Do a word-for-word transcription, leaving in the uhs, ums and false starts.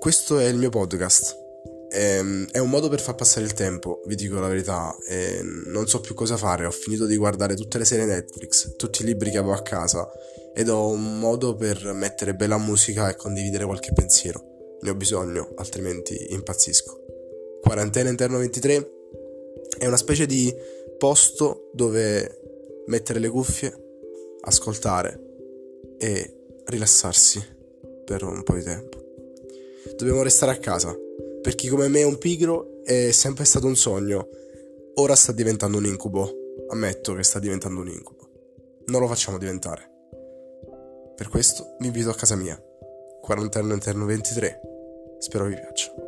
questo è il mio podcast. Ehm, È un modo per far passare il tempo, vi dico la verità. E non so più cosa fare. Ho finito di guardare tutte le serie Netflix, tutti i libri che avevo a casa, ed ho un modo per mettere bella musica e condividere qualche pensiero. Ne ho bisogno, altrimenti impazzisco. Quarantena Interno ventitré è una specie di posto dove mettere le cuffie, ascoltare e rilassarsi per un po' di tempo. Dobbiamo restare a casa. Per chi come me è un pigro è sempre stato un sogno. Ora sta diventando un incubo. Ammetto che sta diventando un incubo. Non lo facciamo diventare. Per questo vi invito a casa mia. Quarantena Interno ventitré. Spero vi piaccia.